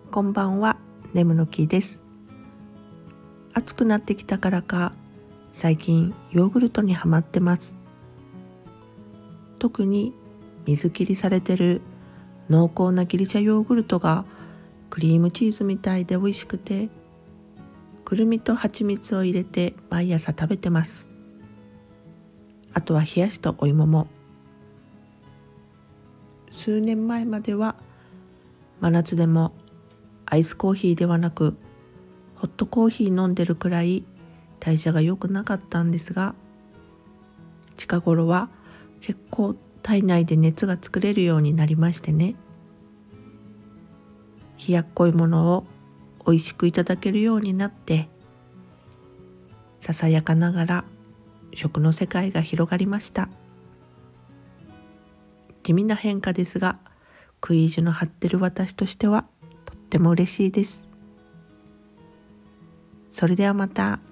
こんばんは、ネムの木です。暑くなってきたからか最近ヨーグルトにハマってます。特に水切りされてる濃厚なギリシャヨーグルトがクリームチーズみたいで美味しくて、くるみと蜂蜜を入れて毎朝食べてます。あとは冷やしとお芋も。数年前までは真夏でもアイスコーヒーではなくホットコーヒー飲んでるくらい代謝が良くなかったんですが、近頃は結構体内で熱が作れるようになりましてね、冷やっこいものを美味しくいただけるようになって、ささやかながら食の世界が広がりました。地味な変化ですが、食い意地の張ってる私としてはとっても嬉しいです。それではまた。